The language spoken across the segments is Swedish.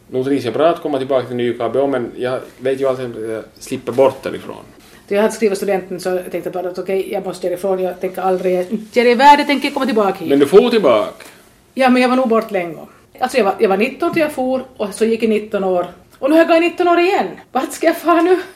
nog trivs jag bra att komma tillbaka till Nykarleby, men jag vet ju alltid att jag slipper bort därifrån. Då jag hade skrivit studenten så jag tänkte att okej, jag måste därifrån, jag tänker aldrig, jag är värd, jag tänker komma tillbaka hit. Men du får tillbaka? Ja, men jag var nog bort länge. Alltså jag var 19 till jag for och så gick jag 19 år. Och nu har jag gått 19 år igen. Vart ska jag fara nu?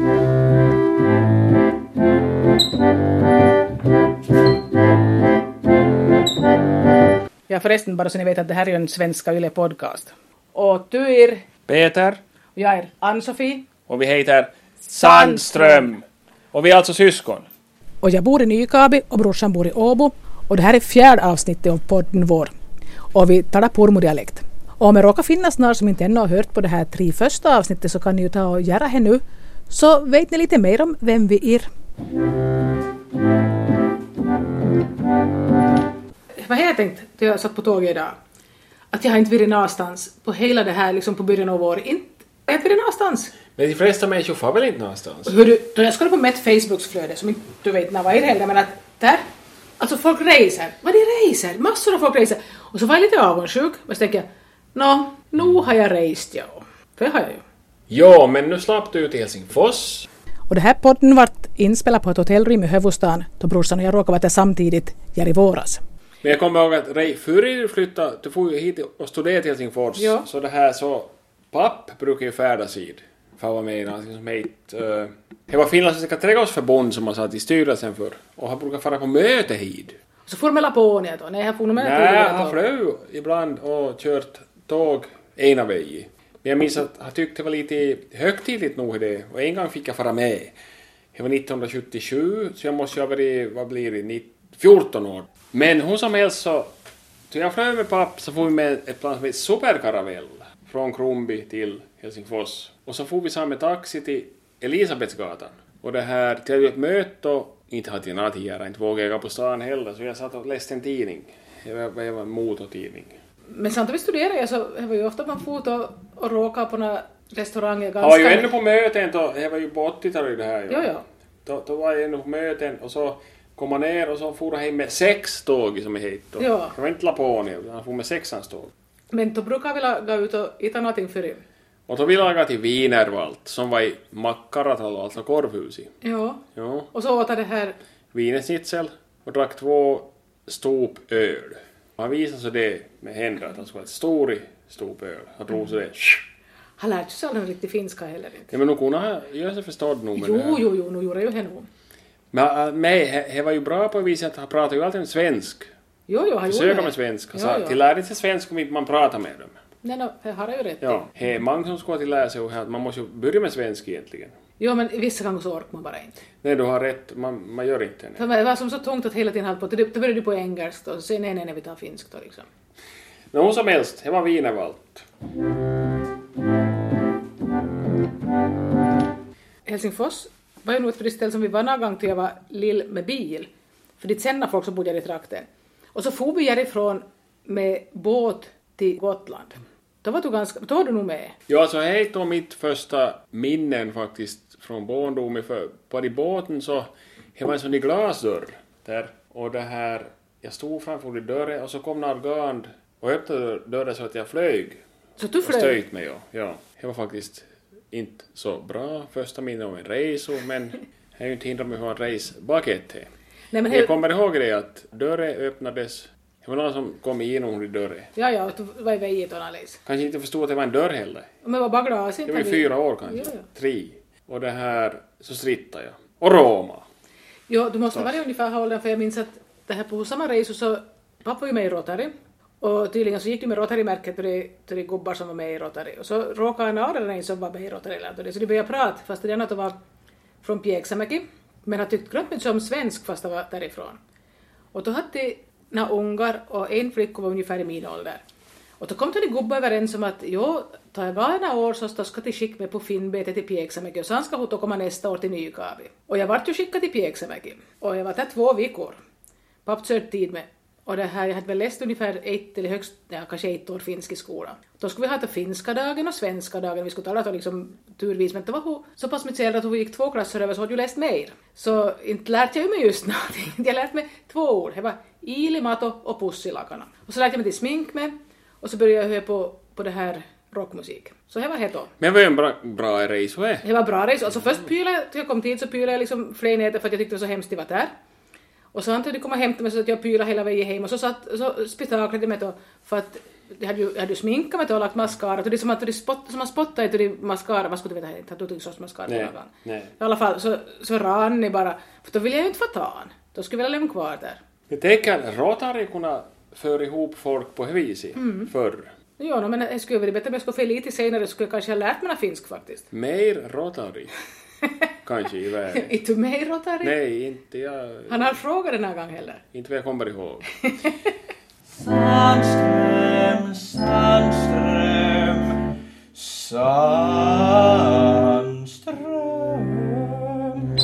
Ja, förresten, bara så ni vet att det här är en svenska Yle-podcast. Och du är... Peter. Och jag är Ann-Sofie. Och vi heter Sandström. Och vi är alltså syskon. Och jag bor i Nykarleby och brorsan bor i Åbo. Och det här är 4:e avsnittet av podden vår. Och vi talar pormodialekt. Och om det råkar finnas några som inte ännu har hört på det här 3 första avsnittet så kan ni ju ta och göra det nu. Så vet ni lite mer om vem vi är. Vad har jag tänkt när jag satt på tåget idag? Att jag har inte varit någonstans på hela det här liksom på början av året. Jag har inte varit någonstans. Men de flesta människor får väl inte någonstans? Hörru, då jag skulle på mitt Facebooks flöde som inte du vet när vad är det heller, men att där, alltså folk reser. Vad det reser? Massor av folk reser. Och så var jag lite avundsjuk. Och så tänker jag, nu har jag rest, ja. För det har jag ju. Ja, men nu slapp du ut i Helsingfors. Och det här podden vart inspelad på ett hotellrum i Hövostan då brorsan och jag råkade vara där samtidigt i våras. Men jag kommer ihåg att förr du flyttade, du får ju hit och studera till Helsingfors. Ja. Så det här så, papp brukar ju färdas hit. För att vara med i något som heter... det var Finlands trädgårdsförbund som har satt i styrelsen för. Och han brukar fara på möte hit. Så får de med Laponia då? Nej, jag får nog med. Nej, han flög ibland och kört tåg ena vägen. Men jag minns att han tyckte det var lite högtidligt nog det. Och en gång fick jag fara med. Det var 1977, så jag måste ju ha varit, vad blir det, 14 år. Men hur som helst så jag flög med papp så får vi med ett plan som heter Superkaravell från Kronby till Helsingfors. Och så får vi samma taxi till Elisabetsgatan. Och det här till ett möte och inte hade jag några tidigare, inte vågade jag gå på stan heller. Så jag satt och läste en tidning. Det var en motortidning. Men samtidigt studerade jag så det var ju ofta man fot och råkade på några restauranger ganska... Jag var ju ännu på möten, det var ju på 80-talet det här. Ja. Då var jag ännu på möten och så kom man ner och så for jag hem med 6 tåg som är hit. Ja. Det var inte Laponia, utan jag for med 6ans tåg. Men då brukar vi gå ut och hitta någonting för det. Och då vi lagade till Wienerwald som var i Makkaratalo, alltså korvhuset. Ja. Ja. Och så åt det här... Wienersnitzel och drack 2 stop öl. Han visade så det med händerna att han skulle ha ett stor stop öl. Han drog så det. Han lärde sig aldrig riktigt finska heller inte. Ja, men nu kunde han göra sig förstådd nog med det här. Jo, nu gjorde jag ju henne. Men det var ju bra på viset att han pratade ju alltid svensk. Jo, han gjorde det. Försöka med svenska. Så till lära sig svenska om inte man pratar med dem. Nej, det har jag ju rätt. Ja, det är många som ska till lära sig att man måste ju börja med svenska egentligen. Jo, men vissa gånger så orkar man bara inte. Nej, du har rätt. Man gör inte det. Det var som så tungt att hela tiden hålla på. Då började du på engelska och så nej, vi tar finsk då liksom. Men hon som helst, det var Wienerwald. Helsingfors var ju nog ett turistställe som vi var någon gång till jag var lill med bil. För det känner folk som bodde i trakten. Och så får vi härifrån med båt till Gotland. Då var du nog med. Ja, alltså det är mitt första minnen faktiskt från barndomen. För på i båten så det var en sån glasdörr där. Och det här, jag stod framför dörren och så kom Nargand och öppnade dörren så att jag flög. Så du flög? Och stöjt mig, ja. Det var faktiskt inte så bra första minne om en resa, men det är ju inte hindrat mig från en resa bakåt. Jag kommer ihåg det att dörren öppnades. Det var någon som kom igenom i dörren. Ja, du var i väget och analys. Kanske inte förstod att det var en dörr heller. Men var bara glas. Det var 4 år kanske. Ja. 3. Och det här så strittade jag. Och Roma. Ja, du måste vara ungefär hållen för jag minns att det här på samma resa så pappa var ju med i Rotary. Och tydligen så gick du med Rotary-märket till de gubbar som var med i Rotary. Och så råkade en annan som var med i Rotary. Så de började prata fast det annat var från Pieksämäki. Men han tyckte glömt som svensk fast det var därifrån. Och då hade några ungar och en flicka var ungefär i min ålder. Och då kom de gubbar överens om att tar jag varje år så ska jag skicka mig på Finnbete till Pieksämäki och sen ska hon komma nästa år till Nykarleby. Och jag vart ju skickad till Pieksämäki. Och jag var där 2 veckor. Pappa sökte tid med. Och det här, jag hade väl läst ungefär 1 eller högst, kanske 1 år finsk i skolan. Då skulle vi ha finska dagen och svenska dagen. Vi skulle tala liksom turvis, men det var så pass mycket äldre att vi gick 2 klasser över så hade jag läst mer. Så inte lärde jag mig just någonting. Jag lärde mig 2 ord. Det var ilimato och pussilakana. Och så lärde jag mig till smink med. Och så började jag höra på det här rockmusik. Så det var det då. Men det var en bra resa. Det var bra resa. Alltså först pylade jag kom tid så pylade jag liksom flera nätter för att jag tyckte det var så hemskt det var där. Och så antog de kom och hämtade mig så att jag pylade hela vägen hem. Och så spetaklade de mig då för att jag hade ju sminkat mig och lagt mascara. Det är som att man spottar i mascara. Vad skulle du veta? Jag tog inte sås mascara. Nej. I alla fall så rann ni bara. För då ville jag ju inte få tan. Då skulle jag lämna kvar där. Jag tänker att Rotary kunna föra ihop folk på viset förr. Ja, men jag skulle vara bättre om jag skulle få lite senare så skulle jag kanske ha lärt mig finsk faktiskt. Mer Rotary. Kanske i världen. Inte mer Rotary? Nej, inte jag. Han har frågat den här gången heller. Inte vad jag kommer ihåg. Sandström, Sandström.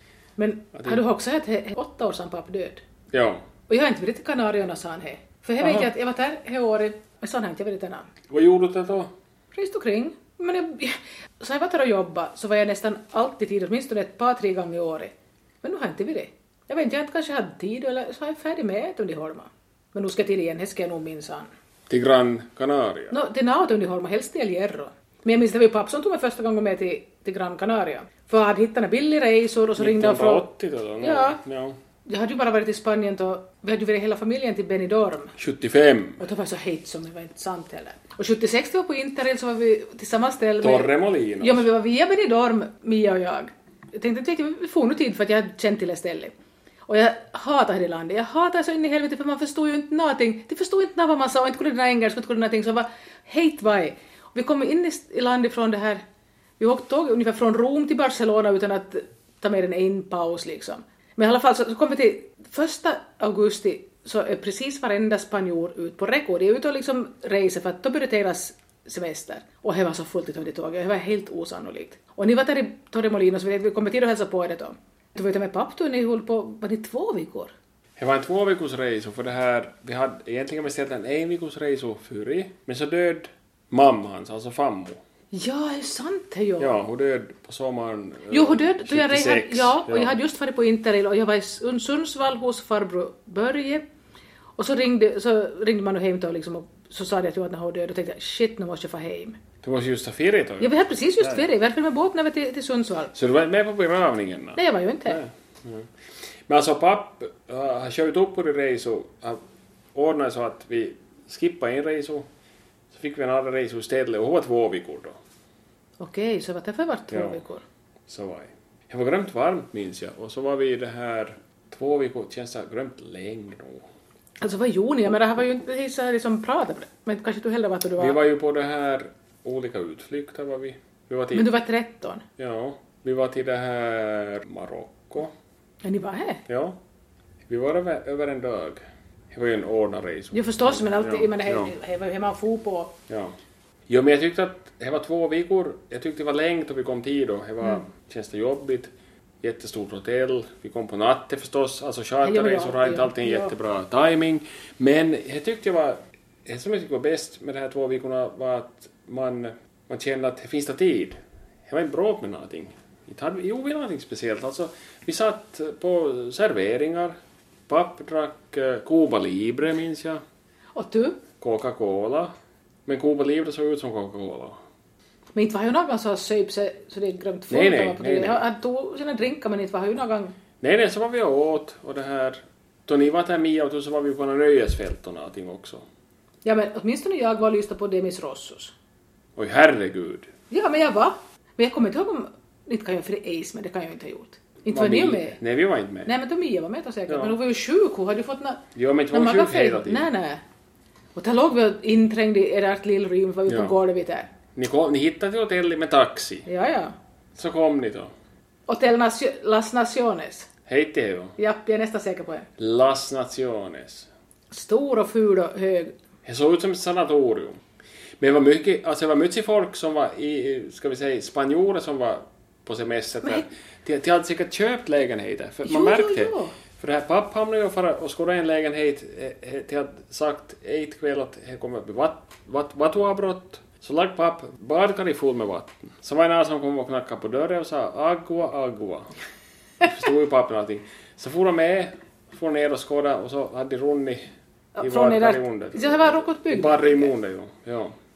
Men har du också hört 8 år sedan pappa död? Ja. Och jag har inte varit till Kanarierna, sa han. För jag vet jag att jag var där det året, men så har inte jag varit där. Vad gjorde du då? Rest omkring. Men så jag var där och jobbade så var jag nästan alltid tid, åtminstone ett par, 3 gånger i året. Men nu har jag inte varit. Jag vet inte, jag kanske hade tid eller så är jag färdig med ett Holma. Men nu ska jag till igen, det ska jag nog minsann. Till Gran Canaria? Till något Holma, helst till El Hierro. Men jag minns det var ju pappa som tog mig första gången med till Gran Canaria. För jag hade hittat en billig resor och så ringde han från... 1980 då? Ja. Ja. Jag hade ju bara varit i Spanien då, vi hade ju varit hela familjen till Benidorm. 75. Och det var så hejt som det var inte sant heller. Och 76 var på Interrail så var vi till samma ställe med... Torremolinos. Ja, men vi var via Benidorm, Mia och jag. Jag tänkte att vi får nu tid för att jag hade känt till ett ställe. Och jag hatar det landet. Jag hatar så in i helvete för man förstod ju inte någonting. De förstod inte vad man sa och inte kunde det engelska, inte kunde någonting. Så det var hejt vad. Och vi kom in i landet från det här... Vi åkte tåg ungefär från Rom till Barcelona utan att ta mer än en paus liksom. Men i alla fall så kom vi till 1 augusti så är precis varenda spanjor ut på rekord. De är ute och liksom reser för att då börjar deras semester. Och det var så fullt i tåget. Det var helt osannolikt. Och ni var där i Torremolinos så vi kommer till att hälsa på er då. Du vet med papp då ni höll på, var det 2 veckor? Det var en 2 veckors resa för det här, vi hade egentligen beställt en 1 veckors resa förr. Men så död mamma hans, alltså fammo. Ja, det är sant det ju. Ja, hon död på sommaren. Jo, hon död då jag 76. ja, och jag hade just varit på Interrail och jag var i Sundsvall hos farbror Börje. Och så ringde man hem då liksom och så sa det att när hon död och tänkte jag, shit, nu måste jag få hem. Du måste just ha ferie då. Ja, vi hade precis just ferie. Vi hade med båten över till Sundsvall. Så du var med på begravningen då? Nej, jag var ju inte. Nej. Men alltså papp har kört upp på det resa och ordnade så att vi skippade en resa. Så fick vi en annan resa istället och hon var 2 veckor då. Okej, så var det för vart 2 veckor? Så var det. Jag var glömt varmt minns jag. Och så var vi det här 2 veckor, känns det glömt länge nog. Alltså vad gjorde ni? Men det här var ju inte så här liksom pratade på det. Men kanske du heller var att du var... Vi var ju på det här olika utflykter var vi. Var till... Men du var 13? Ja, vi var till det här Marocko. Ja, ni var här? Ja, vi var över en dag. Det var ju en ordnad resa. Jo förstås, men alltid, ja, men det var ju hemma och få på. Ja. Jo, men jag tyckte att det var 2 veckor. Jag tyckte det var längt och vi kom tid då. Det var, känns det jobbigt. Jättestort hotell. Vi kom på natten förstås. Alltså charterresor har inte alltid en jättebra timing. Men jag tyckte det som jag tyckte var bäst med de här 2 veckorna var att man kände att det finns tid. Det var inte bråk med någonting. Vi hade någonting speciellt. Alltså, vi satt på serveringar. Papp drack Cuba Libre minns jag. Och du? Coca-Cola. Men Cuba Libre såg ut som Coca-Cola. Men inte var ju någon som söp sig så det är glömt folk. Nej. Han tog sina drinkar men inte var ju någon... Nej, så var vi åt och det här... Då ni var där Mia och så var vi på några nöjesfält och någonting också. Ja, men åtminstone jag var och lyssnade på Demis Rossos. Oj, herregud. Ja, men jag var. Men jag kommer inte ihåg om... Inte kan jag för Ace, men det kan jag inte ha gjort. Inte var ni med? Nej, vi var inte med. Nej, men då Mia var med då säkert. Ja. Men hon var ju sjuk. Hon hade ju fått... Jo, men inte var sjuk hela tiden. Nej. Och där låg vi inträngd i ert lillrym för vi på golvet där. Ni hittade till hotellet med taxi. Ja. Så kom ni då. Hotel Las Naciones. Hej till er. Japp, jag är nästan säker på det. Las Naciones. Stor och ful och hög. Det såg ut som ett sanatorium. Men det var mycket folk som var ska vi säga, spanjorer som var på semester där. De hade säkert köpt lägenheter. För man märkte det. För det här pappa hamnade ju för att skåda en lägenhet. De hade sagt ett kväll att det kommer att bli vattenavbrott. Så lag papp badkar i full med vatten. Så var det någon som kom och knackade på dörren och sa agua. Förstod ju pappa någonting. Så får de med, får ner och skåda och så hade de runnit i badkar i mundet. Det var rokot byggt. Bara i mundet, ja.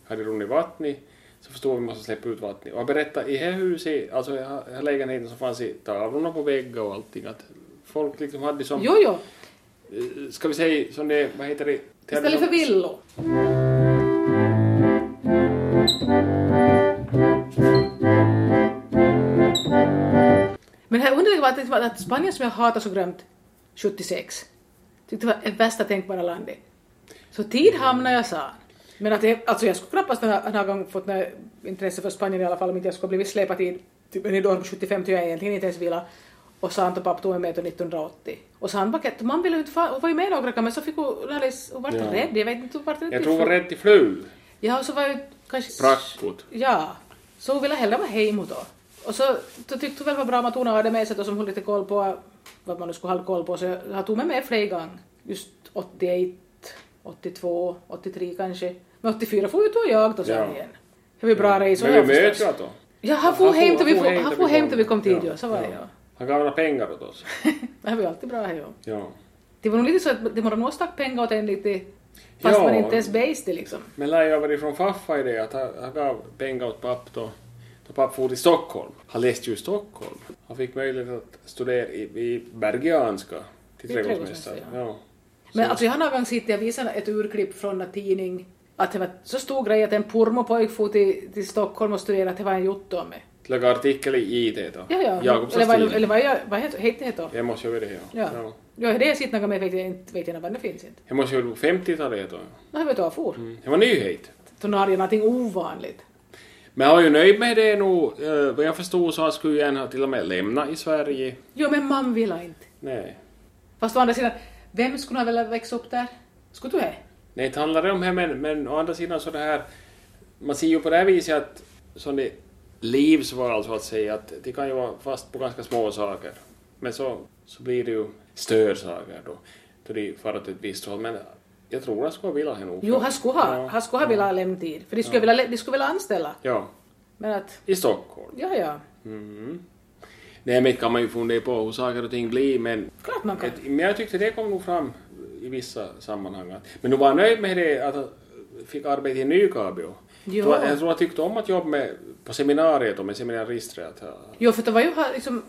hade runnit vatten, så förstod vi måste släppa ut vatten. Och jag berättade i det här huset, alltså i här lägenheten, så fanns det tavlorna på väggar och allting, att folk liksom hade som... Jo. Ska vi säga som det, vad heter det? Istället för villo. Men det här underliga var att Spanien, som jag hatar så grömt 76, tyckte det var det bästa tänkbara landet. Så tid hamnade jag sa. Men att alltså jag skulle knappast den här gången fått intresse för Spanien i alla fall, om inte jag skulle blivit släpad i typ en år 75 till jag egentligen inte ens ville. Och sant och pappa tog mig med till 1980. Och så han bara, man ville inte hon var ju med några, men så fick hon vart rädd. Jag vet inte hon vart rädd. Jag tror hon var rädd till flu. Ja, och så var ju kanske... Sprackot. Ja, så hon ville hellre vara hemma då. Och så tyckte hon väl var bra att hon hade med sig då, som hon lite koll på vad man nu skulle ha koll på. Så jag tog med flera gånger. Just 81, 82, 83 kanske. Men 84 får ju då jag då sen igen. Det var ju bra resor. Men vi möts ju då. Ja, han får hem till vi kom tid, ja. Så var det, ja. Han gav några pengar åt oss. Det var ju alltid bra här, ja. Det var nog lite så att det var nog stack pengar åt en lite, fast man inte ens based det liksom. Men lär jag var ifrån Faffa i det, att han gav pengar åt papp då papp for till Stockholm. Han läste ju i Stockholm. Han fick möjlighet att studera i Bergianska till trädgårdsmästare. Ja. Men alltså jag har någon gång sitt, jag visade ett urklipp från en tidning, att det var så stor grej att en pormopojk for till Stockholm och studerade, att det var en gjort om mig. Till artikel i IT då? Ja. Eller vad heter det då? Jag måste ju vara det, ja. Ja, det är sitt något med, vet jag vad det finns inte. Jag måste ju vara 50-talet då. Nej, vet du vad for? Det var nyhet. Tonarien någonting ovanligt. Men jag är ju nöjd med det nu. Vad jag förstod så skulle jag gärna till och med lämna i Sverige. Jo, men man vill inte. Nej. Fast å andra sidan, vem skulle vilja växa upp där? Skulle du det? Nej, det handlar om det, men å andra sidan så det här, man ser ju på det här viset att sån det livsval så att säga, att det kan ju vara fast på ganska små saker. Men så blir det ju större saker då det far till ett visst håll. Men jag tror att skulle vilja henne. Jo, han skulle ha velat lämna tid. För de skulle vilja anställa. Ja. Men att... I Stockholm. Ja. Mm. Nej, men kan man ju fundera på hur saker och ting blir, men... Klart man kan. Men jag tyckte det kom nog fram i vissa sammanhang. Men nu var jag nöjd med det att jag fick arbeta i Nykabi. Jag tror jag tyckte om att jobba på seminariet och med seminarister. Jo, för det var ju liksom,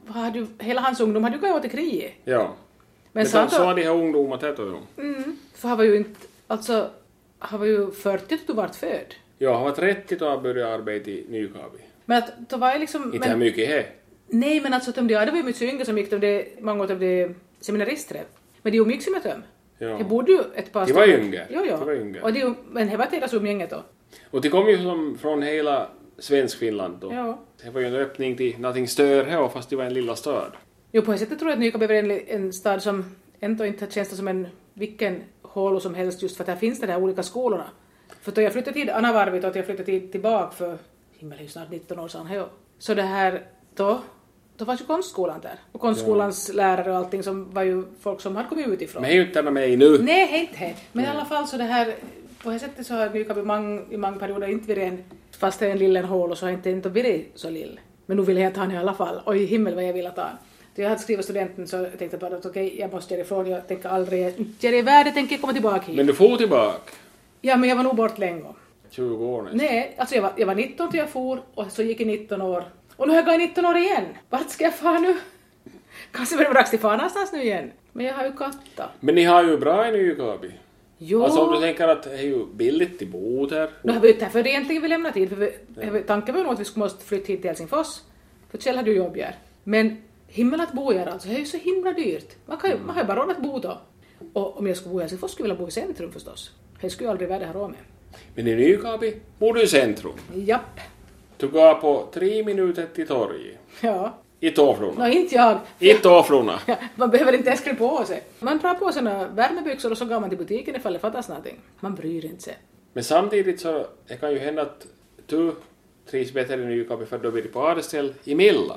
hela hans ungdom hade ju gått till kriget. Ja. Men så hade de här ungdomar tätt och för han var ju inte, alltså, han var ju 40 då du vart född. Ja, han var 30 då han började arbeta i Nykabi. Men att det var ju liksom... Inte mycket här. Nej, men alltså det var ju mycket yngre som gick de många av de seminarister. Men det är ju mycket som är töm. Ja. Det borde ju ett par stycken. Det var yngre. Jo. Det var yngre. Och men det var deras umgänge då. Och det kom ju från hela svensk Finland då. Ja. Det var ju en öppning till någonting större här, fast det var en lilla stad. Jo, på ett sätt tror jag att Nykabi var en stad som ändå inte känns som en vilken hål som helst, just för att här finns det där olika skolorna. För då jag flyttade till Anavarvit och jag flyttade tillbaka för snart 19 år sedan. Så det här då var ju konstskolan där. Och konstskolans lärare och allting som var ju folk som hade kommit utifrån. Men det är ju inte med mig nu. Nej, inte. Men i alla fall så det här, på det sättet så har Nykabi i många perioder inte varit fast det är en liten hål och så har inte varit så lill. Men nu vill jag ta han i alla fall. Och i himmel vad jag vill ta han. Då jag hade skrivit studenten så tänkte jag bara att okej, jag måste därifrån. Jag tänker aldrig, jag är i världen, tänker jag komma tillbaka hit. Men du får tillbaka? Ja, men jag var nog bort länge. 20 år nästan. Nej, alltså jag var 19 till jag for och så gick jag 19 år. Och nu har jag gått 19 år igen. Vart ska jag fara nu? Kanske var det dags till fara någonstans nu igen. Men jag har ju katta. Men ni har ju bra i Nykabi. Jo. Alltså om du tänker att det är ju billigt till bo där. Nu har vi därför egentligen vi lämnat hit. För tanken var nog att vi skulle måste flytta hit till Helsingfors. För Kjell hade ju jobb här. Men himmel att bo här alltså, det är ju så himla dyrt. Man har ju bara råd att bo då. Och om jag skulle bo i Helsingfors skulle jag vilja bo i centrum förstås. Det skulle ju aldrig vara det här med. Men i Nykabi bor du i centrum? Japp. Du går på 3 minuter till torget. Ja. I tofflorna. Nej, inte jag. I tofflorna. Ja, man behöver inte ens klä på sig. Man drar på sina värmebyxor och så går man till butiken ifall det fattas någonting. Man bryr inte sig. Men samtidigt så det kan ju hända att du trivs bättre i Nykabi för att du blir på Adelställ i Milla.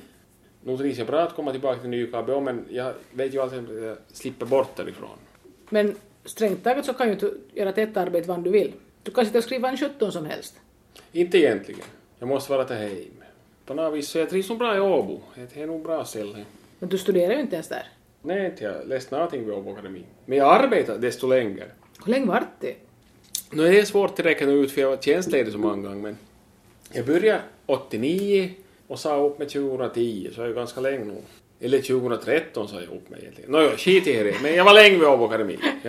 Nu trivs jag bra att komma tillbaka till Nykabi, men jag vet ju alltid att jag slipper bort därifrån. Men strängt taget så kan ju du göra ett arbete vad du vill. Du kan sitta och skriva en 17 som helst. Inte egentligen. Jag måste vara till hem. På något vis så jag trivs nog bra i Åbo. Det är nog bra ställe. Men du studerar ju inte ens där. Nej, inte jag läste någonting vid Åbo Akademi. Men jag arbetar desto längre. Hur länge var det? Nu är det svårt att räkna ut för jag var tjänstledig så många gånger, men jag började 89 och sa upp med 2010, så är det ganska länge nu. Eller 2013 sa jag upp med egentligen. Nåja, skit i det, men jag var länge vid Åbo Akademi. Ja.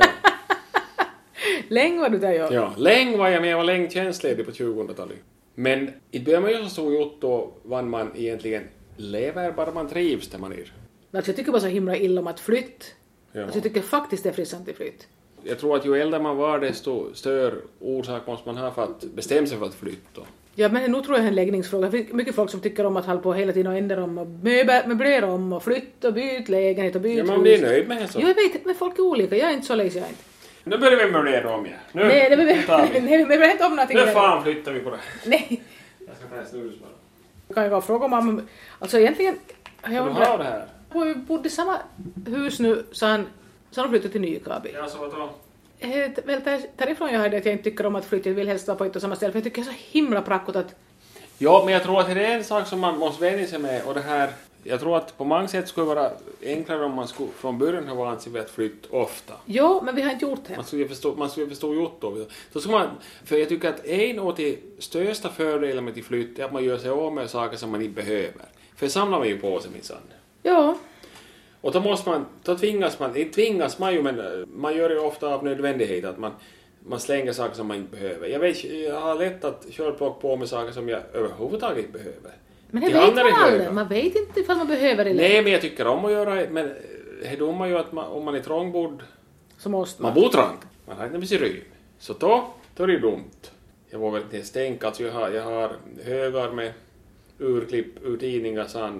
Länge var du där, ja. Ja, länge var jag, men jag var länge tjänstledig på 2000-talet. Men i början var jag så stor gjort då vann man egentligen lever bara man trivs där man är. Alltså jag tycker bara så himla illa om att flytta. Ja. Alltså jag tycker faktiskt det är frissamt att flytta. Jag tror att ju äldre man var desto större orsak måste man ha för att bestämma sig för att flytta. Ja, men nu tror jag det är en läggningsfråga. Det finns mycket folk som tycker om att hålla på hela tiden och ändra om och möblera om och flytta och byta lägenhet och byta Ja, men blir nöjd med det så. Jo, jag vet, men folk är olika. Jag är inte så lazy, jag är inte. Nu börjar vi möblera om igen. Nu, Nej, nu tar vi. vi behöver inte om någonting. Nu fan flyttar vi på det. Nej. Jag ska ta en snus bara. Kan jag gå och fråga mamma. Alltså egentligen... Du har det här? Vi bodde i samma hus nu så han flyttade till Nykabi. Ja, så vad då? Väl därifrån jag hade att jag inte tycker om att flytta. Jag vill helst vara på ett och samma ställe. För jag tycker det är så himla prackot att... Ja, men jag tror att det är en sak som man måste vänja sig med. Och det här... Jag tror att på många sätt skulle det vara enklare om man skulle från början ha varit sig vid att flytta ofta. Jo, men vi har inte gjort det. Man skulle förstå gjort då. Så ska man, för jag tycker att en av de största fördelarna med att flytta är att man gör sig av med saker som man inte behöver. För samlar man ju på sig minsann. Ja. Och då tvingas man ju, men man gör det ofta av nödvändighet att man slänger saker som man inte behöver. Jag har lätt att köra plock på med saker som jag överhuvudtaget inte behöver. Men det vet man aldrig. Man vet inte ifall man behöver det. Nej, men jag tycker om att göra det. Men det är dumma ju att om man är trångbord så måste man. Man bor trångt. Man har inte med sig rym. Så då är det dumt. Jag vågar inte ens tänka. Alltså jag har högar med urklipp ur tidningar sedan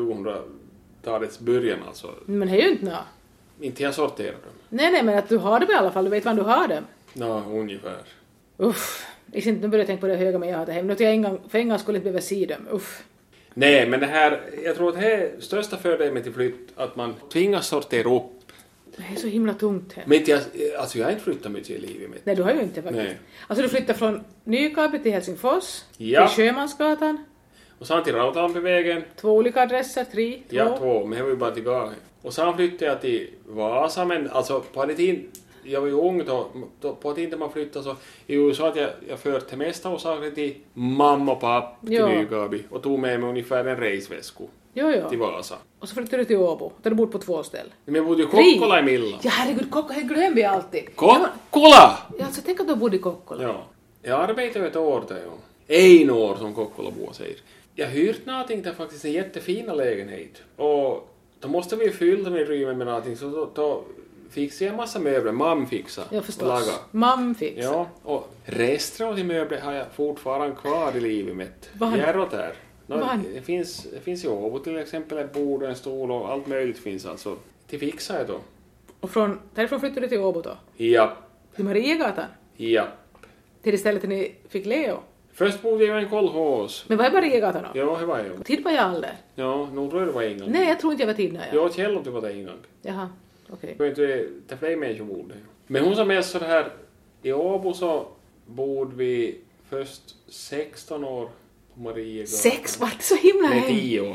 2000-talets början. Alltså. Men det är ju inte nå. Inte jag sorterar dem. Nej, men att du har dem i alla fall. Du vet var du har dem. Ja, ungefär. Uff. Nu börjar jag tänka på det höga men jag hade hem. Nu till en gång skulle inte behöva se dem. Uff. Nej, men det här, jag tror att det är största fördelen med till flytt att man tvingas sortera upp. Det är så himla tungt här. Men jag har inte flyttat mycket i livet mitt. Nej, du har ju inte faktiskt. Nej. Alltså du flyttar från Nykabi till Helsingfors, Ja. till Sjömansgatan. Och sen till Rautalampivägen. 2 olika adresser, 3, 2. Ja, 2, men jag var ju bara till Gahe. Och sen flyttade jag till Vasa, men alltså på den tiden, jag var ju ung då på tiden man flyttade så i USA att jag förde till mesta och saker till mamma och pappa till Nykabi och tog med mig ungefär en resväsko till Vasa. Och så flyttade du till Åbo, där du bodde på 2 ställen. Men jag bodde ju i Kokkola i Milla. Ja, herregud, Kokkola, det glömde jag alltid. Kokkola! Ja, alltså tänk att du bodde i Kokkola. Ja. Jag arbetade ett år där, ja. 1 år som Kokkolabo säger. Jag hyrt någonting där faktiskt en jättefina lägenhet. Och då måste vi fylla med rymmen med någonting. Så då fixade jag en massa möbler. Mam fixade. Ja, förstås. Mam fixade. Ja, och resten av de möbler har jag fortfarande kvar i livet mitt. Järrot där. Det finns i Åbo till exempel ett bord och en stol och allt möjligt finns alltså. Det fixade jag då. Och därifrån flyttade du till Åbo då? Ja. Till Mariegatan? Ja. Till det stället där ni fick Leo? Först bodde jag i en kolhos. Men vad är Mariegatan då? Ja, det var jag. Tid var jag aldrig. Ja, nog tror jag det var en gång. Nej, jag tror inte jag var tid när jag. Ja, Kjell det var det en gång. Jaha, okej. Det är fler människor bodde. Men hon som mest så här i Åbo så bodde vi först 16 år på Mariegatan. 6? Var det så himla Nej, länge? 10 år.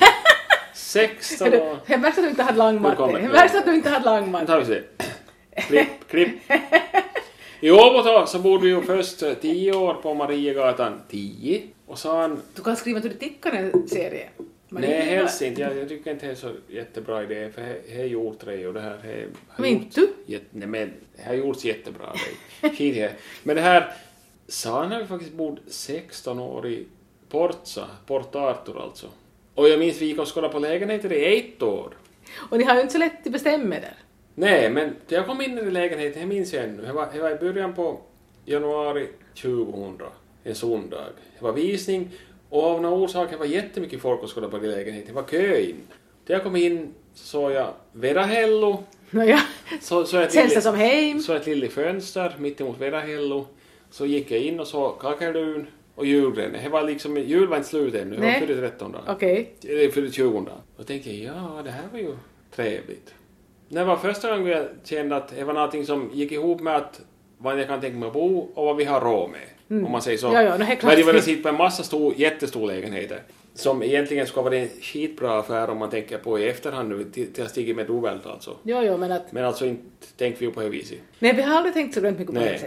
16 år. Det märks att du inte hade langmatte. Det märks att du inte hade langmatte. Nu tar vi se. Klipp. I Åbo så bodde vi ju först 10 år på Mariegatan 10. Och sen... Du kan skriva till Tickaren-serie. Nej, helst inte. Jag tycker inte det är så jättebra idé. För det är gjort det och det här har men inte du? Nej, men det har gjorts jättebra. Skit här. Men det här... Sen har vi faktiskt bott 16 år i Port Arthur alltså. Och jag minns vi gick och skådade på lägenheter i 1 år. Och ni har ju inte så lätt att bestämma där. Nej, men jag kom in i lägenheten, det minns jag ännu. Det var i början på januari 2000, en söndag. Det var visning och av några orsaker var jättemycket folk och skådade på lägenheten. Det var kö in. När jag kom in så såg jag Verahello. Nåja, känns det som hem. Så ett litet fönster mitt emot Verahello. Så gick jag in och såg kakelun och julgrejen. Det var liksom, jul var inte slut ännu, det var för det 13 dagar. Okej. Eller för det 20 dagar. Då tänkte jag, ja det här var ju trevligt. Det var första gången jag kände att det var någonting som gick ihop med att vad jag kan tänka mig att bo och vad vi har råd med. Om man säger så. Ja, det är klart. Men det sitter på en massa jättestor lägenheter. Som egentligen ska vara en skitbra affär om man tänker på i efterhand nu till att stiga med dubbelt alltså. Jo, men att... Men alltså inte tänker vi på det viset. Nej, vi har aldrig tänkt så grönt mycket på det sättet.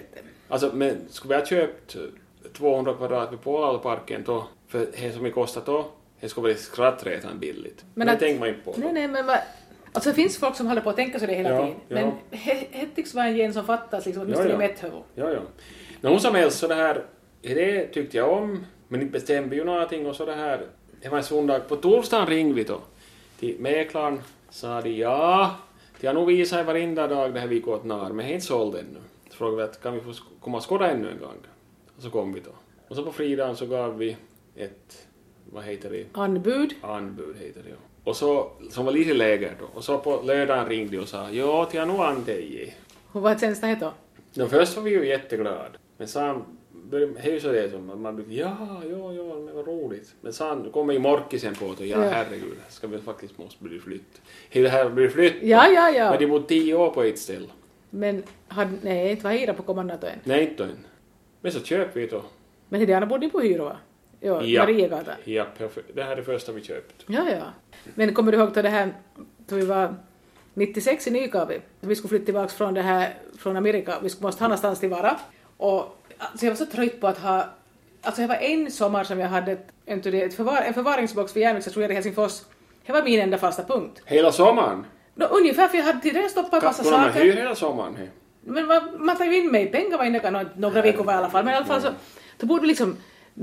Alltså, men skulle vi ha köpt 200 kvadrat vid Pålalparken då, för det som det kostar då, det skulle vara skrattretan billigt. Men det tänker man inte på. Nej, men alltså det finns folk som håller på att tänka så det hela tiden. Men det tycks vara en gen som fattas liksom, åtminstone med ett huvud. Ja. Men hon som helst så det här, det tyckte jag om, men inte bestämde ju någonting och så det här, det var en söndag. På torsdagen ringde vi då till mäklaren, sa de ja, de har nog visat varenda dag det här vi gått när, men det är inte såld ännu. Så frågade vi att kan vi få komma och skåda ännu en gång? Och så kom vi då. Och så på fredagen så gav vi ett, vad heter det? Anbud Heter det, ja. Och så, som var lite lägre då. Och så på lördagen ringde och sa, ja, till jag nog antej. Hur var känslan då? No, först var vi ju jätteglada. Men sen började det så det som man blev, ja, men vad roligt. Men sen kom i morkisen på det, ja, herregud, ska vi faktiskt måste bli flytt. Det här blir flytt. Ja. Men det var 10 år på ett ställe. Men nej, inte var hyra på kommandant än. Nej, inte än. Men så köpte vi då. Men det andra bodde ju på hyra, va? Ja, Mariegatan. Ja, det här är det första vi köpt. Ja. Men kommer du ihåg då det här, då vi var 96 i Nykabi. Vi skulle flytta tillbaka från Amerika. Vi måste ha någonstans till vara. Och alltså jag var så trött på att ha, alltså det var en sommar som jag hade en förvaringsbox för järnvägsstationen i Helsingfors. Det var min enda fasta punkt. Hela sommaren? Ungefär, för jag hade tidigare stoppat en massa saker. Kan man hela sommaren? Men man tar ju in mig, pengar var inne några veckor var i alla fall. Men i alla fall så, då borde vi liksom...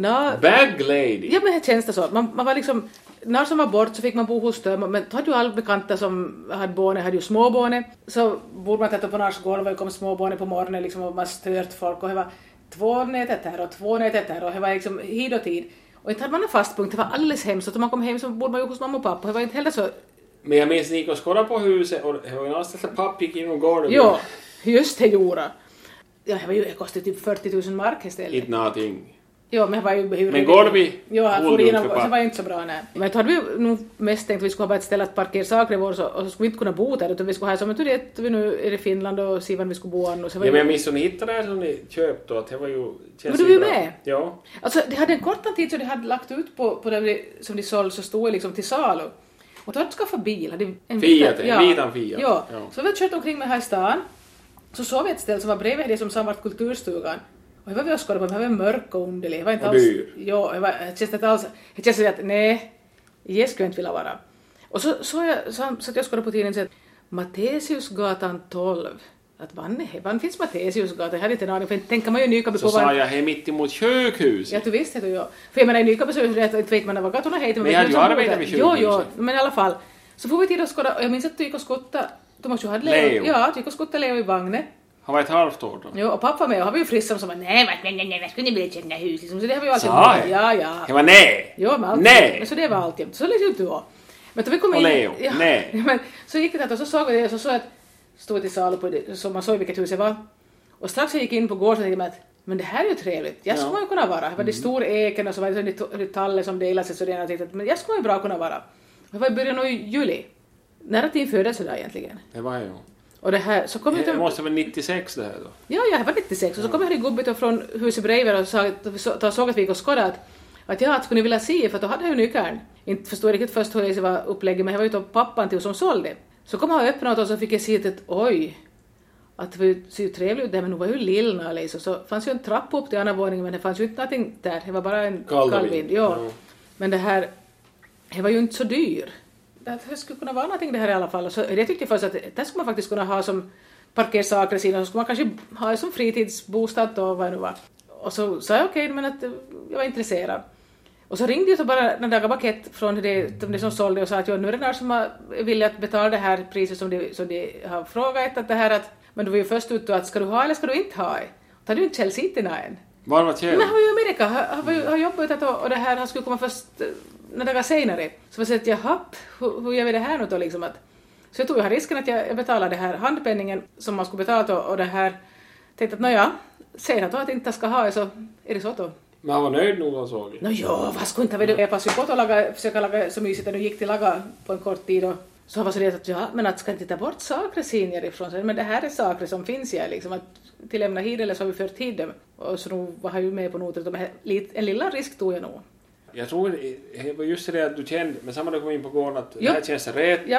Bag lady! Ja, men det känns det så. Man var liksom... När som var bort så fick man bo hos dem. Men då hade ju alla bekanta som hade barn, hade ju småbarn. Så borde man tätta på Nars golv och kom småbarn på morgonen liksom, och man stört folk. Och det var 2 nätet här och 2 nätet här. Och det var liksom hid och tid. Och inte hade man en fast punkt. Det var alldeles hemskt. Och när man kom hem så borde man ju hos mamma och pappa. Det var inte heller så... Men jag minns ni gick och skådade på huset och det var ju någonstans att pappa gick in och golvet. Ja, just det gjorde. Ja, det kostade typ 40 000 mark istället. Inte någonting. Ja, men det var ju... Men golvet... Ja, så var ju inte så bra, nej. Men då hade vi nog mest tänkt att vi skulle ha bara ett ställe att parkera saker och så skulle vi inte kunna bo där, utan vi skulle ha som att vi nu är i Finland och se var vi skulle bo an. Och så var ja, men jag minns att ni hittade det som ni köpte och att det var ju... Men du är med? Ja. Alltså, det hade en kortan tid så de hade lagt ut på det som de sålde så stod liksom till salu. Och då hade de skaffat bil. Hade en Fiat, en vitan Fiat. Ja, så vi hade kört omkring med här i stan. Så såg vi ett ställe som var bredvid det som sen var kulturstugan. Och det var vi och skådade på, det var mörk och underlig. Det var inte alls... Ja, det känns inte alls... Det känns att nej, jag skulle inte vilja vara. Och så att jag skådade på tidningen och sa att Mathesiusgatan 12. Att vann finns Mathesiusgatan? Jag hade inte en aning, för tänker man ju Nykabi på... Så sa jag, hej mitt emot sjökhuset. Ja, du visste det ju. För jag menar, i Nykabi så vet man vad gatorna heter. Men jag hade ju arbetat vid sjökhuset. Jo, men i alla fall. Så får vi tid att skåda, och jag minns att du gick och skottade... Thomas ju hade Leo. Ja, du gick och skottade Leo i vagnen. Han var ett halvt år då. Jo, och pappa var med och han var ju frissam som var nej, vad skulle ni vilja känna hus? Så det har vi ju alltid... Ja. Det var nej! Jo, men alltid. Nej! Men så det var alltid. Så läste ju du också. Men då vi kom in... Och Leo, nej. Men så gick det där och så såg vi det, så att stod till salu på det, så man såg vilket hus det var. Och strax jag gick in på gården så tänkte jag att men det här är ju trevligt. Jag skulle ju kunna vara. Det var det stora eken och så var det tallet som delade sig så det jag tänkte att men jag skulle ju bra kunna vara. Det var i början av juli. Nära till födelsedag egentligen. Det var ju. Och det här så kom det måste vara 96 det här då. Ja, det var 96 och så kom jag här i gubbet från huset bredvid och såg att vi gick och skådade att jag skulle vilja se för att då hade jag ju nyckeln. Inte förstår riktigt först hur det var upplägget men jag var ju då pappan till som sålde. Så kom han och öppnade och så fick jag se att oj, att det ser ju trevligt ut där men nu var ju lillna liksom. Så fanns ju en trappa upp till andra våningen men det fanns ju inte någonting där. Det var bara en kallvind. Ja. Men det här, det var ju inte så dyr. Det skulle kunna vara någonting det här i alla fall. Så jag tyckte först att det skulle man faktiskt kunna ha som parkersaker sidan. Så skulle man kanske ha det som fritidsbostad och vad det nu var. Och så sa jag okej, men att jag var intresserad. Och så ringde jag så bara den där bakett från det som sålde och sa att nu är det där som vill att betala det här priset som de har frågat att det här att men du var ju först ut att ska du ha eller ska du inte ha? Då hade ju inte Chelsea än. Var var Chelsea? Men han var ju i Amerika, han har jobbat och det här han skulle komma först några dagar senare. Så jag sa att jaha, hur gör vi det här nu då liksom att så jag tog ju risken att jag betalade det här handpenningen som man skulle betala och det här tänkte att nåja, säger att jag inte ska ha så är det så då. Men han var nöjd nog och såg. Ja, vad skulle inte jag passade på att försöka laga så mysigt att du gick till laga på en kort tid och så var så det att ja, men att ska inte ta bort saker sin härifrån så men det här är saker som finns ju liksom att tillämna hit eller så har vi fört hit dem och så nu var jag ju med på noter en lilla risk tog jag nog. Jag tror det var just det att du kände men samma dag kom in på gården att det här känns rätt. Japp.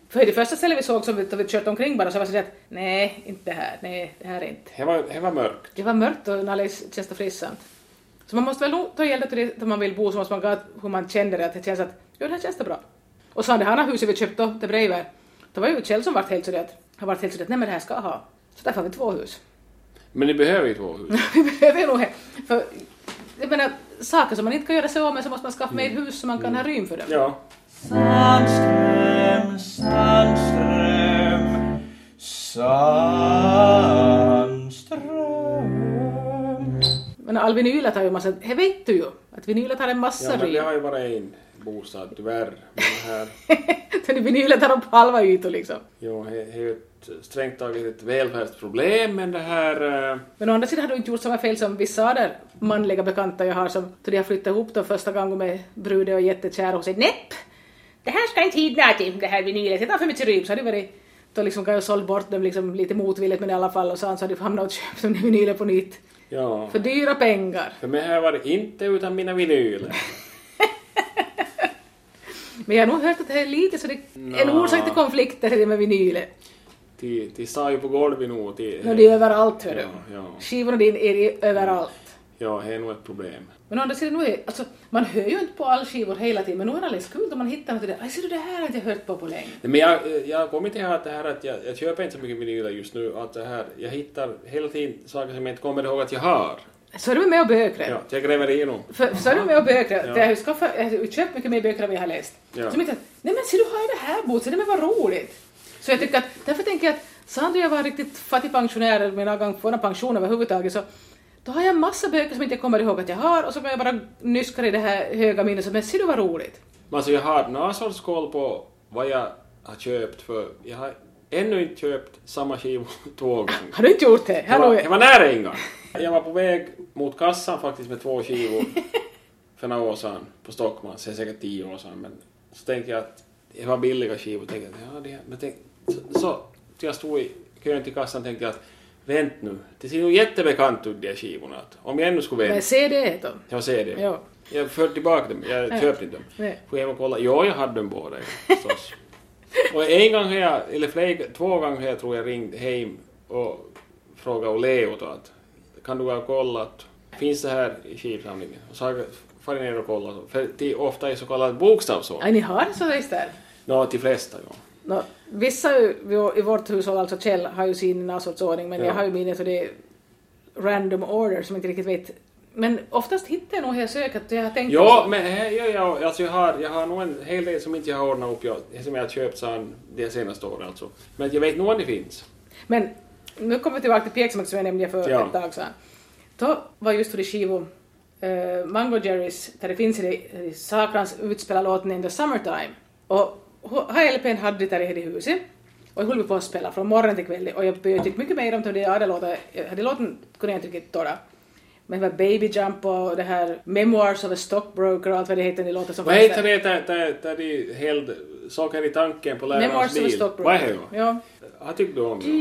För det första stället vi såg som vi kört omkring bara så var det att nej, inte det här. Nej, det här är inte. Det var mörkt. Det var mörkt och alldeles känns det frissant. Så man måste väl nog ta hjälp till det där man vill bo, så måste man gå hur man känner det, att det känns att jo, det här känns det bra. Och så det här huset vi köpte det bredvid, det var ju Kjell som varit helt så det nej men det här ska jag ha. Så därför har vi 2 hus. Men ni behöver ju 2 hus. Vi behöver nog, för jag menar, saker som man inte kan göra sig av med, så måste man skaffa med ett hus så man kan ha rym för dem. Ja. Sandström, Sandström, Sandström. Men all vinylet har ju massa, det vet du ju, att vinylet har en massa Ja, men rym. vi har ju bara en bostad, tyvärr. Men här, Den vinylet har de på halva ytor liksom. jo, det är ju strängt taget ett välfärdsproblem, men det här... Men å andra sidan har du inte gjort samma fel som vissa där manliga bekanta jag har som då de har flyttat ihop då första gången med bruden och jättekära och säger näpp, det här ska inte hit med till det här vinylet, det tar för mycket rym. Så har det varit, då liksom kan jag sålt bort dem liksom lite motvilligt, men i alla fall, och så har de hamnat och köpt de vinyler på nytt. Ja, För dyra pengar. för mig här var det inte utan mina vinyler. Men jag har nog hört att det är lite så det är en orsak till konflikter det med vinyler. De sa ju på golvet nu. No, det är överallt, hör du. Ja. Skivorna din är överallt. Ja, det är nog ett problem. Men å andra sidan, nu är, alltså, man hör ju inte på all skivor hela tiden, men nu är det alldeles kul om man hittar något i det. Aj, ser du, det här har jag inte hört på länge. Men jag kommer till att det här att jag köper inte så mycket vinyler just nu. Att det här, jag hittar hela tiden saker som jag inte kommer ihåg att jag har. Så är du med och bökar. Ja, jag gräver igenom. Så är du med och bökar. Ja. Jag har köpt mycket mer böcker än vi har läst. Ja. Som inte att, nej men ser du har ju det här bort, så det var roligt. Så jag tycker att, därför tänker jag att Sandra jag var riktigt fattig pensionär, men någon gång får en pension överhuvudtaget, så då har jag massa böcker som inte jag kommer ihåg att jag har, och så kan jag bara nyska i det här höga minnet, så men ser du vad roligt. Alltså jag har någon sorts koll på vad jag har köpt, för jag har ännu inte köpt samma skivor 2 gånger. Har du inte gjort det? Jag var nära en gång. Jag var på väg mot kassan faktiskt med 2 skivor för några år sedan på Stockholm, så är säkert 10 år sedan, men så tänkte jag att det var billiga skivor, tänkte jag, ja, det, men så jag stod i kön till kassan tänkte jag att vänt nu, det ser ju jättebekant ut de här skivorna, att om jag ännu skulle vänta. Men CD då? Jag ser det. Ja. Jag förde tillbaka dem, jag köpte inte dem. Nej. Får jag kolla? Ja, jag hade dem båda förstås. Och en gång har jag, eller 2 gånger har jag tror jag ringt hem och frågat Leo då att kan du ha kollat, finns det här i skivsamlingen? Och så har jag farit ner och kollat, för det är ofta i så kallad bokstavsordning. Ja, ni har så visst där? Nå, till flesta, ja. No, vissa i vårt hushåll, alltså Kjell, har ju sin sortsordning, men Ja. jag har ju mina så det är random order som jag inte riktigt vet. Men oftast hittar jag nog här sökat, jag har tänkt Ja, på. men alltså jag har nog en hel del som inte jag har ordnat upp, som jag har köpt sedan det senaste året alltså. Men jag vet nog att det finns. Men nu kommer vi tillbaka till Peksamak som jag nämnde för ett tag sedan. Då var just för det skivo Mango Jerrys, där det finns i Sakrans utspela låten In the Summertime. Och HLPn hade det där i huset. Och jag höll på att spela från morgon till kväll. Och jag tyckte mycket mer om det hade låten kunde jag inte riktigt tåra. Men det var Baby Jump och det här Memoirs of a Stockbroker och allt vad det heter i låten som Vad heter det där de held saker i tanken på lärarnas Memoirs of a bil? Stockbroker. Vad är det? Ja. Jag tyckte om det.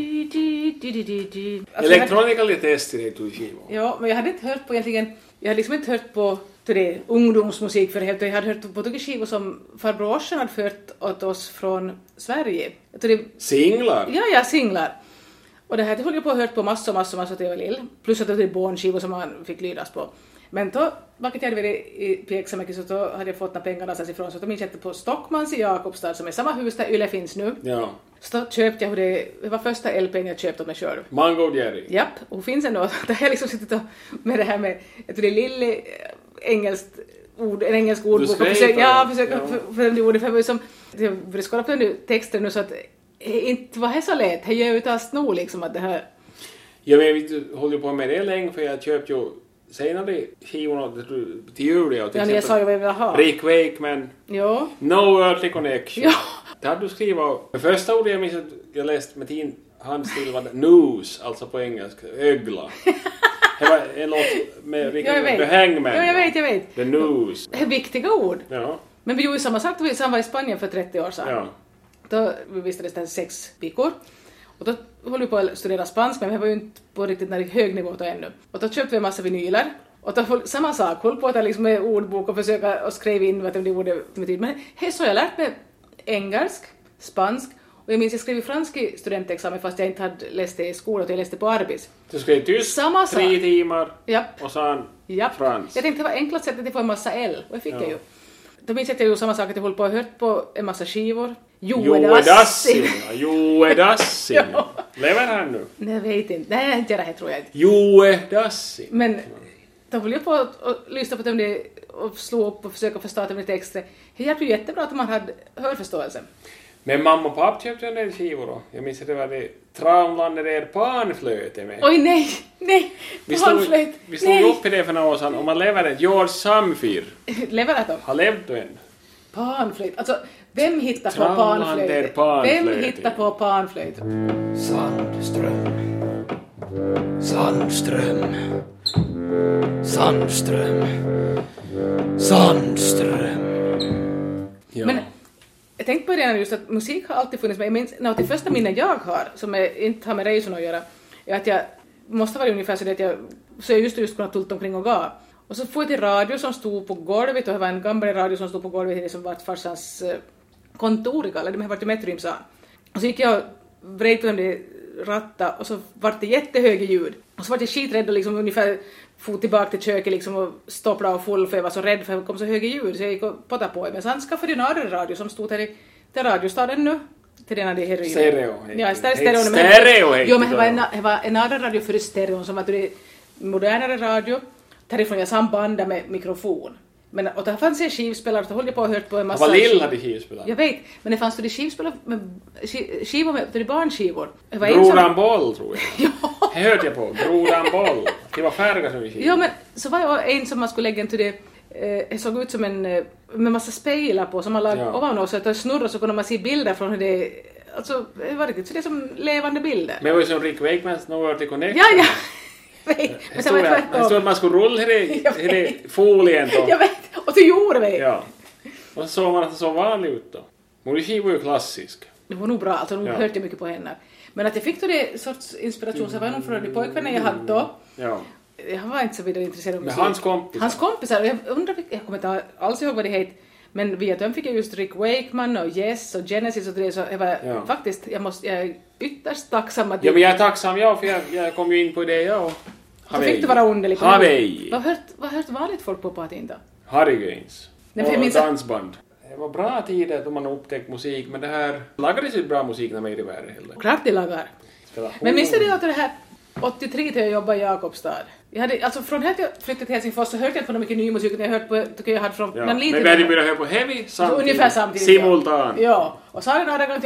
Alltså, Elektronikalitet i det skivor. ja, men jag hade inte hört på egentligen, jag hade liksom inte hört på det ungdomsmusik för helt, jag hade hört på de skivor som farbror Orsen hade fört åt oss från Sverige. Jag tror det, Singlar? ja, singlar. Och det här höll jag på att hört på massor att jag var lill. Plus att det var barnskivor som man fick lydas på. Men då, vilket jag hade varit i Peksamäki, så då hade jag fått några pengar någonstans ifrån. Så då minns jag på Stockmans i Jakobstad, som är samma hus där Yle finns nu. Ja. Så då köpte jag det var första LPn jag köpte av mig själv. Mango Jerry? Japp, och finns ändå. Där har jag liksom suttit med det här med, jag tror det är lille engelskt ord, en engelsk ordbok. Du skrev Försöka för det ordet, för jag var ju som, jag började skåda på den texten nu så att inte var det så lätt. Det gör utast nog liksom att det här. Ja, men vi håller på med det länge, för jag köpte ju senare skivorna till jul. Ja, jag sa ju vad jag ville ha. Rick Wakeman, Ja. No Earthly Connection. Ja. Det hade du skrivit av. Det första ordet jag minns att jag läste med din handstil var news, alltså på engelska, ögla. Det var en låt med Rick The Hangman. Ja, jag vet. The news. Det är viktiga ord. Ja. Men vi gjorde ju samma sak då vi var i Spanien för 30 år sedan. Ja. Då visste det 6 veckor. Och då höll vi på att studera spanska, men vi var ju inte på riktigt hög nivå då ännu. Och då köpte vi en massa vinyler. Och då samma sak, höll på att liksom med ordbok och försöka och skriva in vad det ordet betyder. Men hej, så jag lärt mig engelsk, spansk. Och jag minns jag skrev fransk i studentexamen fast jag inte hade läst det i skolan utan jag läste på arbets. Du skrev tyst 3 timmar och sen fransk. Jag tänkte det var enklast sättet att få en massa L och jag fick det ju. Då minns jag att jag gjorde samma sak att jag höll på och hört på en massa skivor. Joe Dassin. Lever han nu? Nej, jag vet inte. Nej, inte det här tror jag inte. Joe Dassin. Men då höll jag på att lyssna på dem och slå upp och försöka förstå dem lite extra. Det hjälpte ju jättebra att man hade hörförståelse. Men mamma och pappa köpte en del skivor då. Jag minns att det var det Traumlandet där panflöte med. Oj, nej. Panflöte. Vi stod upp i det för några år sedan och man lever ett George Samfir. Lever det då? Har levt då än. Panflöte. Alltså, vem hittar på panflöte? Vem hittar på panflöte? Sandström. Ja. Men jag tänkte på det just att musik har alltid funnits med. Jag minns, det första minnen jag har, som jag inte har med resorna att göra, är att jag måste vara ungefär så att jag just kunnat tulta omkring och gå. Och så får jag till radio som stod på golvet, och det var en gammal radio som stod på golvet i det som var farsans kontor i Kalle, de har varit i Metrymsa. Och så gick jag och vred på de ratta och så var det jättehöga ljud. Och så var jag skiträdd och liksom ungefär fot tillbaka till köket liksom och stopplade och full för jag var så rädd för att det kom så höga ljud så jag gick och pottade på. Men sen skaffade jag en annan radio som stod här till radiostaden nu. Till den här stereo. Ja, stereo. Jo, men det var en annan radio för stereo som var det modernare radio. Därifrån jag sambandade med mikrofon. Men, och där fanns en skivspelare och då höll jag på och hört på en massa... Vad lill hade skivspelare? Jag vet, men det fanns det skivspelare med skivor med det barnskivor. Grodan Boll tror jag. Ja. Det hörde jag på, Grodan Boll. Det var färdiga som vi skivor. Ja, men så var jag en som man skulle lägga till det. Det såg ut som en med massa speglar på som man lade ovan och så att det snurrade så kunde man se bilder från hur det... Alltså, det var riktigt så det är som levande bilder. Men det var ju som Rick Wakeman's No Earthly Connection. Ja. Men så var det jag stod att man skulle rulla i folien då. Jag vet, och det gjorde vi. Ja. Och så såg man att det såg vanligt ut då. Morishi var ju klassisk. Det var nog bra, alltså nog hörde jag mycket på henne. Men att jag fick då det sorts inspiration så var nog från de pojkvänner jag hade då. Ja. Jag var inte så vidare intresserad av musik. Men hans kompisar. Hans kompisar, jag undrar, jag kommer inte alls ihåg vad det heter. Men via dem fick jag just Rick Wakeman och Yes och Genesis och det så jag var faktiskt, jag är ytterst tacksam att... Ja, men jag är tacksam för jag kom ju in på det jag. Så fick du vara underlig. Hawaii. Vad hört vanligt folk på att då? Hurricanes. Och dansband. Det var bra tider då man upptäckte musik, men det här lagades ju bra musik när man är i världen heller. Klart det lagar. Men minns du att det här 83 till jag jobbade i Jakobstad? Jag hade, alltså från här till jag flyttade till Helsingfors så hörde jag på mycket ny musik och jag hört på, tycker jag hade från... Ja. Men vi hade börjat höra på heavy samtidigt. Ungefär samtidigt. Simultan. Ja. Och så hade jag några gånger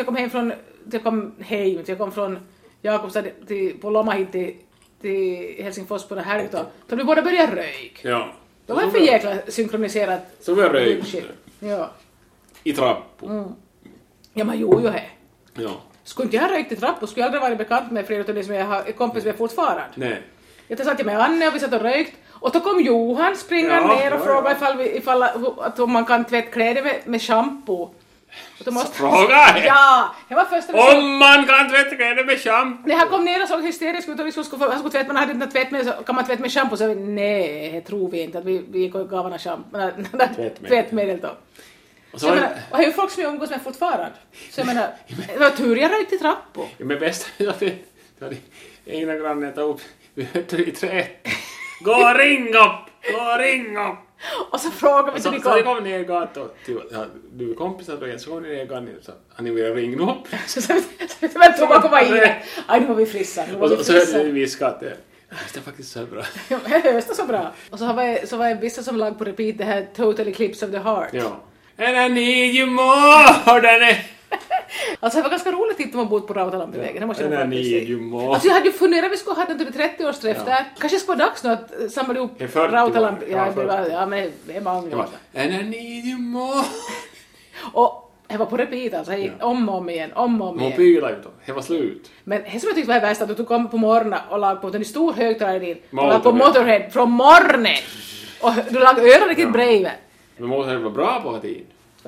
jag kom från Jakobstad på Lomma hit till Helsingfors på det här då vi båda började röjk. Ja. Då var det för jäkla synkroniserat. Så var röjk. Ja. I trappor. Ja, man gjorde ju det. Ja. Skulle inte jag ha röjkt i trappor skulle jag aldrig varit bekant med Fredrik och det som jag har kompis med fortfarande. Nej. Jag satt med Anne och vi satt och röjkt. Och då kom Johan springande ner och frågade ifall att om man kan tvätta kläder med shampoo. Fråga! Ja, det var första om man kan tvätta kläder med shampoo. Nej, han kom ner och såg hysteriskt ut och han skulle tvätta, man hade inte tvätt med, så kan man tvätta med shampoo? Så nej, det tror vi inte att vi gav honom shampoo. Tvättmedel då. Och har ju folk som jag umgås med fortfarande. Så jag menar, det var tur jag röjt i trappor. Ja, men bäst är att det var ena grannen tog upp, vi hörde i träet. Gå och ring upp! Och så frågade vi så det kom ner i gatan du är kompisar då igen så kom ni ner i gatan så han är vilja ringa upp så jag tog bara komma in aj nu var vi frissa och så hörde vi viska det är faktiskt så bra det är så bra och så var jag vissa som lag på repeat det här Total Eclipse of the Heart and I need you more than it. Alltså det var ganska roligt att titta man bott på Rautalampivägen. Alltså jag hade ju funderat att vi skulle ha den till 30-årsträff där. Kanske skulle vara dags nu att samla ihop Rautalampi. Ja, men det är många år. And I need you more. Och det var på repeat alltså. Om och om igen. Hon pylade ju då. Det var slut. Men det som jag tyckte var värst att du kom på morgonen och lag på en stor högtalare din. Du lag på Motorhead från morgonen. Och du lag öronen riktigt bredvid. Men Motorhead var bra på att tid.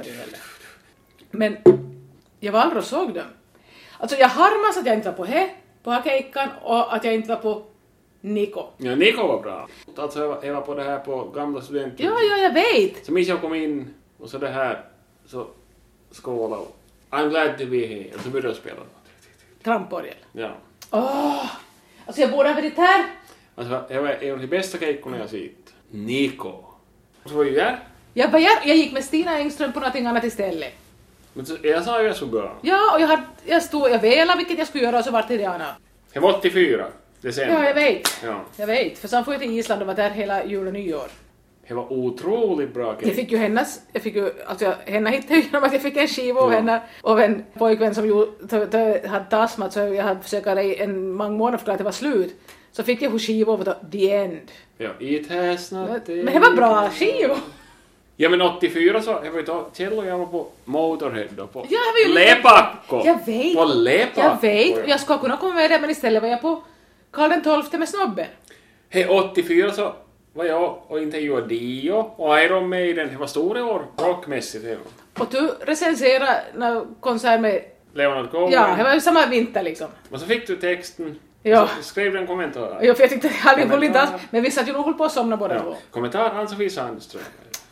Men jag var aldrig och såg dem. Alltså jag harmas att jag inte var på Hakeikan och att jag inte var på Niko. Ja, Niko var bra. Alltså jag var på det här på gamla studenter. Ja, jag vet. Så minns jag kom in och så det här så skåla och I'm glad to be here. Och så började jag spela något. Tramporgel. Ja. Alltså jag borde ha varit här. Alltså, det var en av de bästa kejkorna jag sett. Niko. Så var ju där. Jag gick med Stina Engström på någonting annat istället. Men så, jag sa ju jag så bra. Ja, och jag velade vilket jag skulle göra och så var det Anna. Det var 84. December. Ja, jag vet. Ja. Jag vet. För sen får jag till Island och var där hela jul och nyår. Det var otroligt bra Jag fick ju henne hittade ju genom att jag fick en skiva av henne och en pojkvän som hade tasmat så jag hade försökt en många månader förklara att det var slut. Så fick jag skiva av The End. Ja, it has not Men det var bra skiva. Ja, men 84 så, jag var ju då, Kjell och jag var på Motorhead då, på Ja, jag var ju Lepakko. Jag vet. På Lepakko. Jag vet. Jag skulle kunna komma med det, men istället var jag på Karl XII med snobben. Hej, 84 så var jag och intervjuade Dio och Iron Maiden. Det var stora år rockmässigt. Och du recenserade när konsert med... Leonard Cohen. Ja, det var ju samma vinter liksom. Och så fick du texten. Ja. Och så skrev du en kommentar. Ja, för jag tyckte jag hade hållit inte alls. Men vi satt ju nog håll på att somna båda två. Kommentar Ann-Sofie Sandström.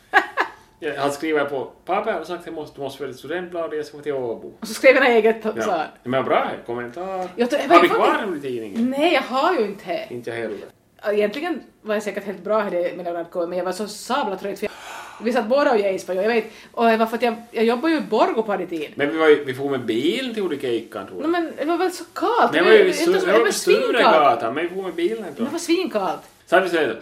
Han skriver på papper och sagt att du måste vara ett studentblad och jag ska få till Åbo. Och så skrev jag en eget Ja. så. Men bra, kommentar. Har vi kvar den i tidningen? Nej, jag har ju inte det. Inte jag heller. Egentligen var jag säkert helt bra med Leonard Cohen, men jag var så sabla trött för vi satt båda och gäspade, jag vet. Och det var för att jag jobbar ju i Borgå på det tid. Men vi får med bil till olika ikan, tror jag. Men det var väl så kallt. Men det var var Sturegatan, men vi får med bilen då. Det var svinkallt. Så hade vi sagt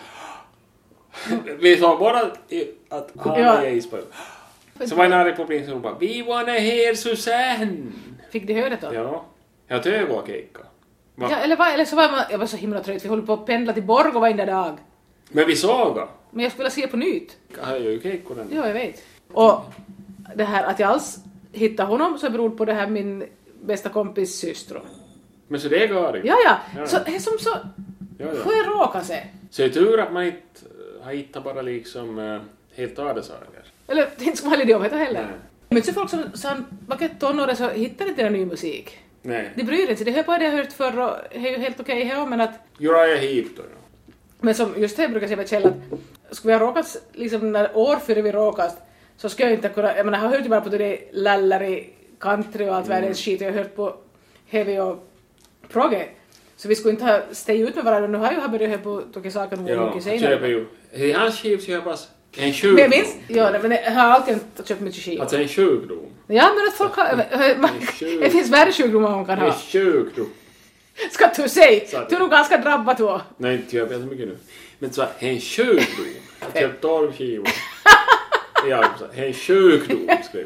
vi sa båda att alla gäspade. Så var en arg publik som ropade "We wanna hear Susanne!" Fick du höra det då? Ja, jag tög och kejka. Ja, eller så var jag var så himla trött, vi höll på att pendla till Borgå varje dag. Men vi såg. Men jag skulle se på nytt. Jag gör ju kejkorna. Ja, jag vet. Och det här att jag alls hittade honom så beror på det här min bästa kompis syster. Men så det är garig. Ja. Så det är som så... Ja. Får jag råka sig? Så det är tur att man inte har hittat bara liksom helt av det saker. Eller det inte ska vara idiom heller. Nej. Men så folk som var tonåre så hittar inte den ny musik. Nej. De bryr sig. Det hör på det jag hört förr och det är ju helt okej här, men att... Uriah Heep då. Men som just det brukar jag säga med Kjell att skulle vi ha råkats liksom när år före vi råkas så ska jag inte kunna... Jag menar, jag har hört ju bara på det lallari, country och allt världens skit. Jag har hört på heavy och progge. Så vi skulle inte ha steg ut med varandra. Nu har jag börjat höra på Tokisakan och mycket senare. Ja, köper ju. I hans skiv köpas en sjukdom. Men jag minns... Ja, men jag har alltid köpt mycket skivor. Alltså en sjukdom. Ja, men att folk har... Det finns värre sjukdomar man kan ha. En sjukdom. Ska du säga? Så Du är nog ganska drabbad då. Nej, inte köper jag så mycket nu. Men så en sjukdom. Jag köpt 12 kivor. Ja, en sjukdom skrev.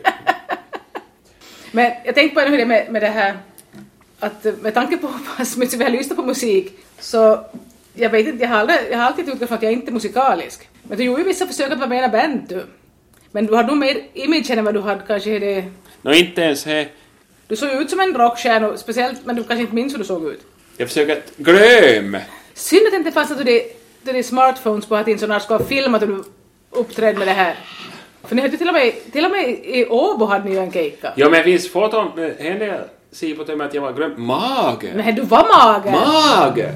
Men jag tänkte bara hur det är med det här att med tanke på hur mycket vi har lyssnat på musik så jag vet inte, jag har alltid utgått från att jag inte är musikalisk. Men du gjorde ju vissa försök att vara med i band du. Men du har nog mer image än vad du hade kanske det... Nå, inte ens här. Du såg ut som en rockstjärna, speciellt, men du kanske inte minns hur du såg ut. Jag försöker att glömma. Synd att det inte fanns att det är smartphones på att inte sådana ska filma att du uppträdde med det här. För ni hade till och med i Åbo hade ni ju en kejka. Ja, men det finns foton med henne jag säger på det att jag var glömt mage. Nej, du var mager. Mage!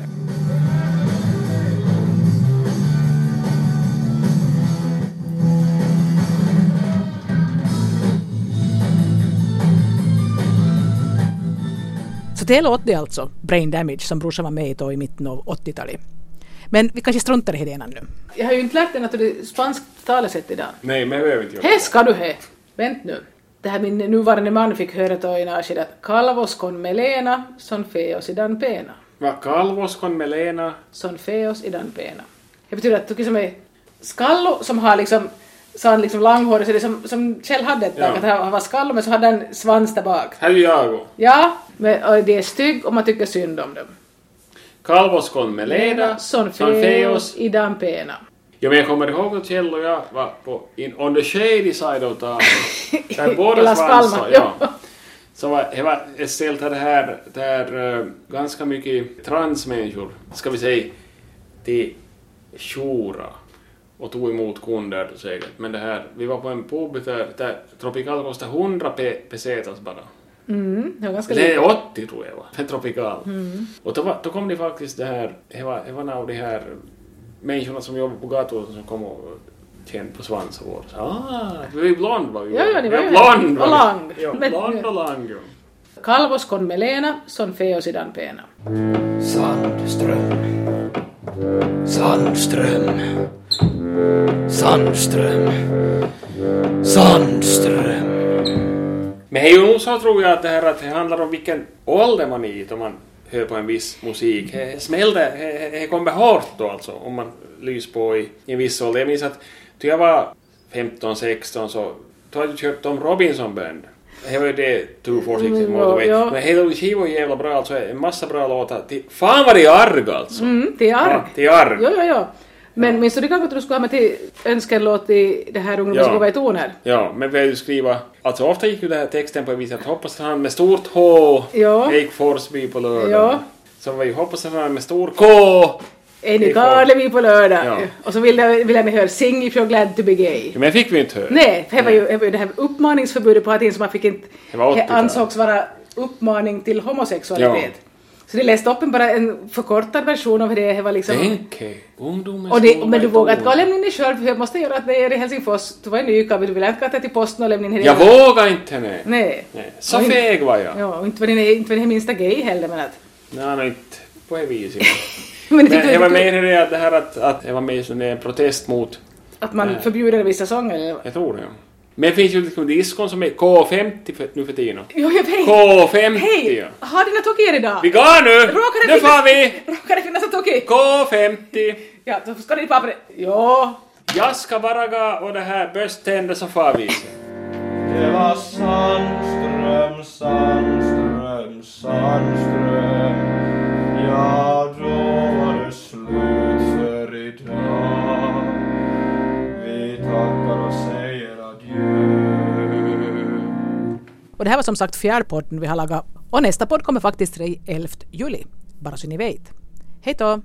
Så det låt det alltså, Brain Damage, som brorsan var med i mitten av 80-talet. Men vi kanske struntar i det ena nu. Jag har ju inte lärt dig att det är spanskt talesätt idag. Nej, men jag behöver inte göra Hej ska du he! Vänt nu. Det här min nuvarande man fick höra då i närsked att calvos con melena son feos idan pena. Va, calvos con melena. Son feos idan pena. Det betyder att du som är skallo som har liksom sån liksom långhårig, så det är som Kjell hade ett tag, att han var skallo men så hade han svans där bak. Här är jag. Ja, men och det är stygg och man tycker synd om dem. Calvos con melena, son feos idan pena. Ja, men jag kommer ihåg att Kjell och jag var på on the shady side of town. Där båda Las svansar, Palmas, ja. Så det var ett ställe där ganska mycket transmänniskor, ska vi säga, till Shura och tog emot kunder säkert. Men det här, vi var på en pub där Tropical kostade 100 pesetas bara. Det var ganska Det är lite. 80 tror jag var, för Tropical. Och då kom det faktiskt det här, det var några av de här människorna som jobbar på gator som kom och känd på svansår. Du är ju blond var ju. Ja, ni var ju blond och lang. Ja, blond och lang. Ja. Kalvos con melena, son feo sidan pena. Sandström. Sandström. Sandström. Sandström. Men det är ju nog så tror jag att det handlar om vilken ålder man är i om man hör på en viss musik. Det kommer hårt då alltså om man lyser på i en viss ålder. Jag minns att då jag var 15-16 så då hade jag kört Tom Robinson Band. Det var ju det 246 Motorway. Ja. Men hela skivan var jävla bra alltså. En massa bra låtar. Fan vad det är arg alltså. Det är arg. Ja, det är arg. Ja. Men minns du kanske att du skulle ha med till önskelåt i det här ungdomar som går i toner? Ja, men vi vill skriva... Alltså ofta gick ju den här texten på en vis att hoppas han med stort H gick Forsby på lördag. Ja. Så vi hoppas han med stor K. Är ni Karlevi på lördag? Ja. Och så vill jag höra Sing if you're glad to be gay. Ja, men fick vi inte höra. Nej, det var ju det här uppmaningsförbudet på att som man fick inte Det var 80-tal. ansågs vara uppmaning till homosexualitet. Ja. Så de läste upp bara en förkortad version av det. Det var liksom... Tänk, ungdomens Och skola men du i vågar inte gå och toner. lämna in det själv, för jag måste göra att det är i Helsingfors. Du var i Nykabi, du vill inte gå till posten och lämna in det. Jag vågar inte, nej. Nej. Så Och inte- feg var jag. Ja, och inte var det minsta gay heller, men att... Nej, inte på det viset. Men Men det var mer det här att det var mer som en protest mot... att man förbjuder vissa sånger. Eller? Jag tror det, ja. Men det finns ju liksom diskon som är K50 nu för tiden. Jo, jag vet. K50, Hej! ja. Har dina tokier idag? Vi går nu! Råkar det Nu finnas- får vi! Råkar det finnas en toki? K50! Ja, då ska ni papper. Ja. Jag ska varaga och det här böstända så får vi. Det var Sandström, Sandström, Sandström. Ja, då var det slut för idag. Vi tackar och säger adjö. Och det här var som sagt fjärrpodden vi har lagat. Och nästa podd kommer faktiskt 11 juli. Bara så ni vet. Hej då!